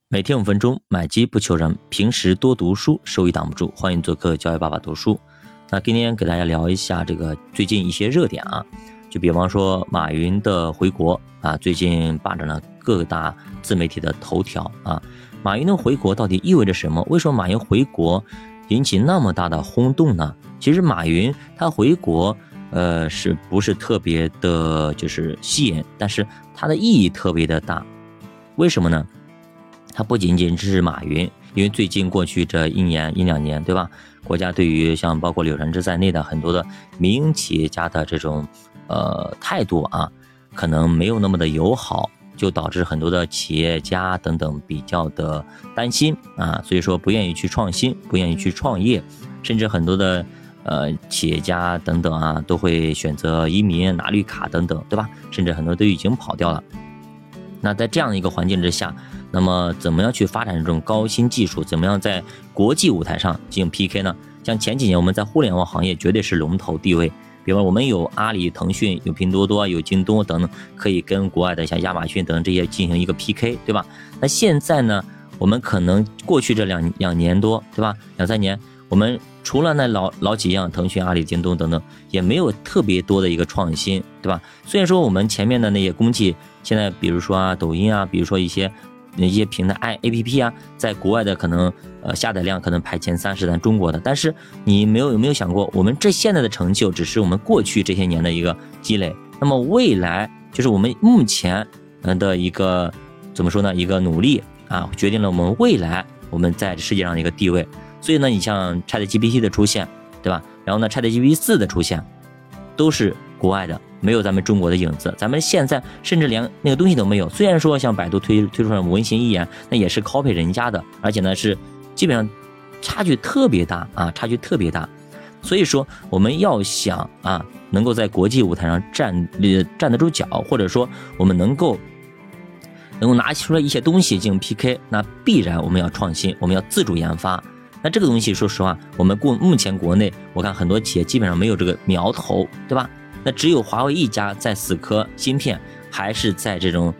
每天5分钟，买基不求人，平时多读书，收益挡不住。欢迎做客教育爸爸读书。那今天给大家聊一下这个最近一些热点啊，就比方说马云的回国啊，最近霸占了各大自媒体的头条啊。马云的回国到底意味着什么？为什么马云回国引起那么大的轰动呢？其实马云他回国是不是特别的就是吸引，但是它的意义特别的大。为什么呢？它不仅仅是马云，因为最近过去这一两年，对吧？国家对于像包括柳传志在内的很多的民营企业家的这种态度啊，可能没有那么的友好，就导致很多的企业家等等比较的担心啊，所以说不愿意去创新，不愿意去创业，甚至很多的企业家等等啊，都会选择移民、拿绿卡等等，对吧？甚至很多都已经跑掉了。那在这样的一个环境之下，那么怎么样去发展这种高新技术？怎么样在国际舞台上进行 PK 呢？像前几年我们在互联网行业绝对是龙头地位，比如我们有阿里、腾讯、有拼多多、有京东等等，可以跟国外的像亚马逊等这些进行一个 PK， 对吧？那现在呢，我们可能过去这两年多，对吧？2-3年，我们除了那老几样，腾讯、阿里、京东等等，也没有特别多的一个创新，对吧？虽然说我们前面的那些功绩，现在比如说啊，抖音啊，比如说一些平台 APP 啊，在国外的可能下载量可能排前30，咱中国的，但是你有没有想过，我们这现在的成就只是我们过去这些年的一个积累，那么未来就是我们目前的一个怎么说呢？一个努力啊，决定了我们未来我们在世界上的一个地位。所以呢，你像 ChatGPT 的出现，对吧？然后呢 ChatGPT 4的出现，都是国外的，没有咱们中国的影子。咱们现在甚至连那个东西都没有。虽然说像百度推出来文心一言，那也是 copy 人家的，而且呢是基本上差距特别大啊，差距特别大。所以说我们要想啊，能够在国际舞台上站得住脚，或者说我们能够拿出来一些东西进行 PK， 那必然我们要创新，我们要自主研发。那这个东西说实话，我们目前国内我看很多企业基本上没有这个苗头，对吧？那只有华为一家在死磕芯片，还是在这种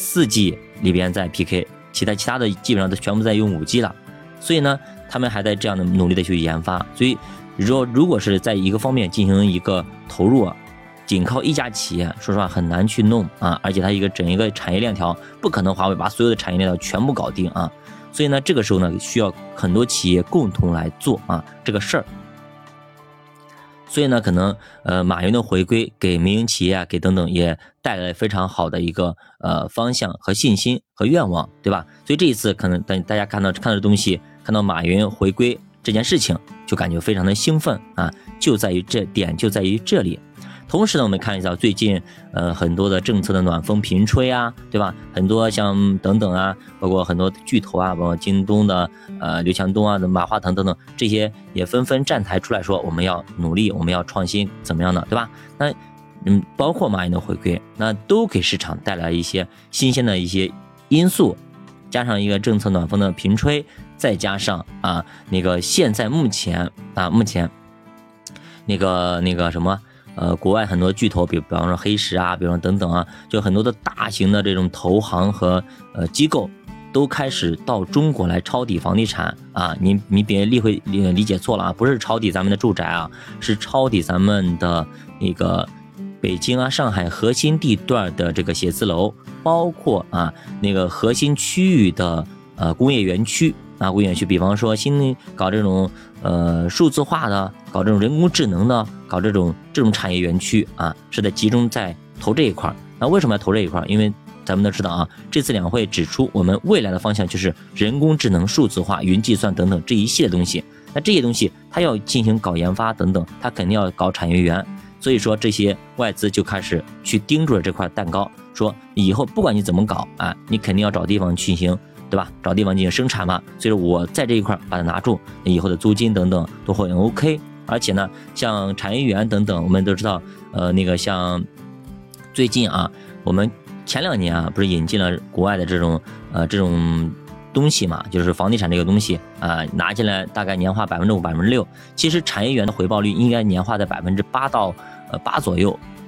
4G 里边在 PK， 其他的基本上都全部在用5G 了。所以呢，他们还在这样的努力的去研发。所以如果是在一个方面进行一个投入啊，仅靠一家企业，说实话很难去弄啊，而且它整一个产业链条不可能华为把所有的产业链条全部搞定啊。所以呢，这个时候呢，需要很多企业共同来做啊这个事儿。所以呢，可能马云的回归给民营企业啊，给等等也带来非常好的一个方向和信心和愿望，对吧？所以这一次可能等大家看到的东西，看到马云回归这件事情，就感觉非常的兴奋啊，就在于这里。同时呢，我们看一下最近很多的政策的暖风频吹啊，对吧？很多像等等啊，包括很多巨头啊，包括京东的刘强东啊、马化腾等等，这些也纷纷站台出来说，我们要努力，我们要创新，怎么样的，对吧？那包括马云的回归，那都给市场带来一些新鲜的一些因素，加上一个政策暖风的频吹，再加上啊那个现在目前那个什么。国外很多巨头，比方说黑石啊，比方说等等啊，就很多的大型的这种投行和机构都开始到中国来抄底房地产啊，你别理解错了啊，不是抄底咱们的住宅啊，是抄底咱们的那个北京啊、上海核心地段的这个写字楼，包括啊那个核心区域的工业园区。工业园区，比方说搞这种数字化的，搞这种人工智能的，搞这种产业园区啊，是在集中在投这一块。那为什么要投这一块？因为咱们都知道啊，这次两会指出我们未来的方向就是人工智能、数字化、云计算等等这一系列东西。那这些东西它要进行搞研发等等，它肯定要搞产业园。所以说这些外资就开始去盯住了这块蛋糕，说以后不管你怎么搞啊，你肯定要找地方去进行，对吧？找地方进行生产嘛，所以说我在这一块把它拿住，以后的租金等等都会很 OK。而且呢，像产业园等等，我们都知道，那个像最近啊，我们前2年啊，不是引进了国外的这种东西嘛，就是房地产这个东西啊，拿进来大概年化5%、6%。其实产业园的回报率应该年化在8%到8%左右。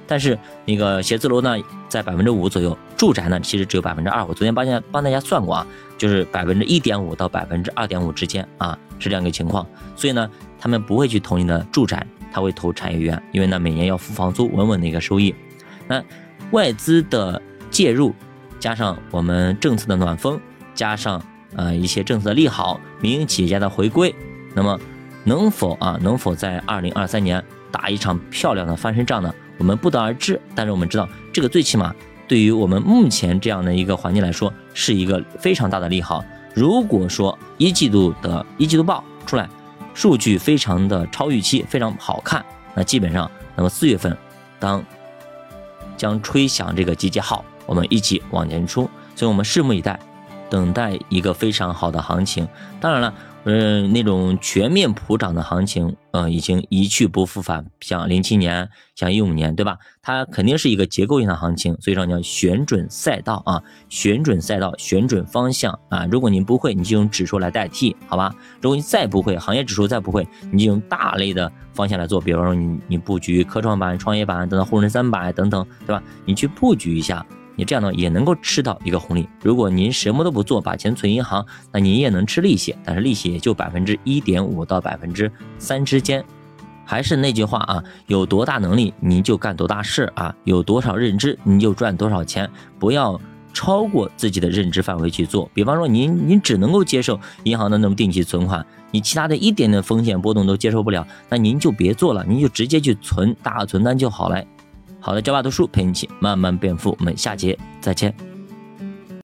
但是那个写字楼呢在5%左右，住宅呢其实只有2%。我昨天帮大家算过啊，就是1.5%到2.5%之间啊，是这样一个情况。所以呢，他们不会去投你的住宅，他会投产业园，因为呢每年要付房租，稳稳的一个收益。那外资的介入，加上我们政策的暖风，加上一些政策的利好，民营企业家的回归，那么能否在2023年打一场漂亮的翻身仗呢？我们不得而知。但是我们知道，这个最起码对于我们目前这样的一个环境来说，是一个非常大的利好。如果说一季度报出来，数据非常的超预期，非常好看，那基本上，那么4月份将吹响这个集结号，我们一起往前冲。所以我们拭目以待，等待一个非常好的行情。当然了，那种全面普涨的行情，已经一去不复返，像07年，像15年，对吧？它肯定是一个结构性的行情，所以说你要选准赛道啊，选准赛道，选准方向啊。如果您不会，你就用指数来代替，好吧？如果你再不会，行业指数再不会，你就用大类的方向来做，比方说你布局科创板、创业板等等，沪深300等等，对吧？你去布局一下。你这样呢也能够吃到一个红利。如果您什么都不做，把钱存银行，那您也能吃利息，但是利息也就1.5%到3%之间。还是那句话啊，有多大能力您就干多大事啊，有多少认知您就赚多少钱，不要超过自己的认知范围去做。比方说您只能够接受银行的那种定期存款，你其他的一点点风险波动都接受不了，那您就别做了，您就直接去存大额存单就好了。好的，教爸读书陪你一起慢慢变富，我们下节再见。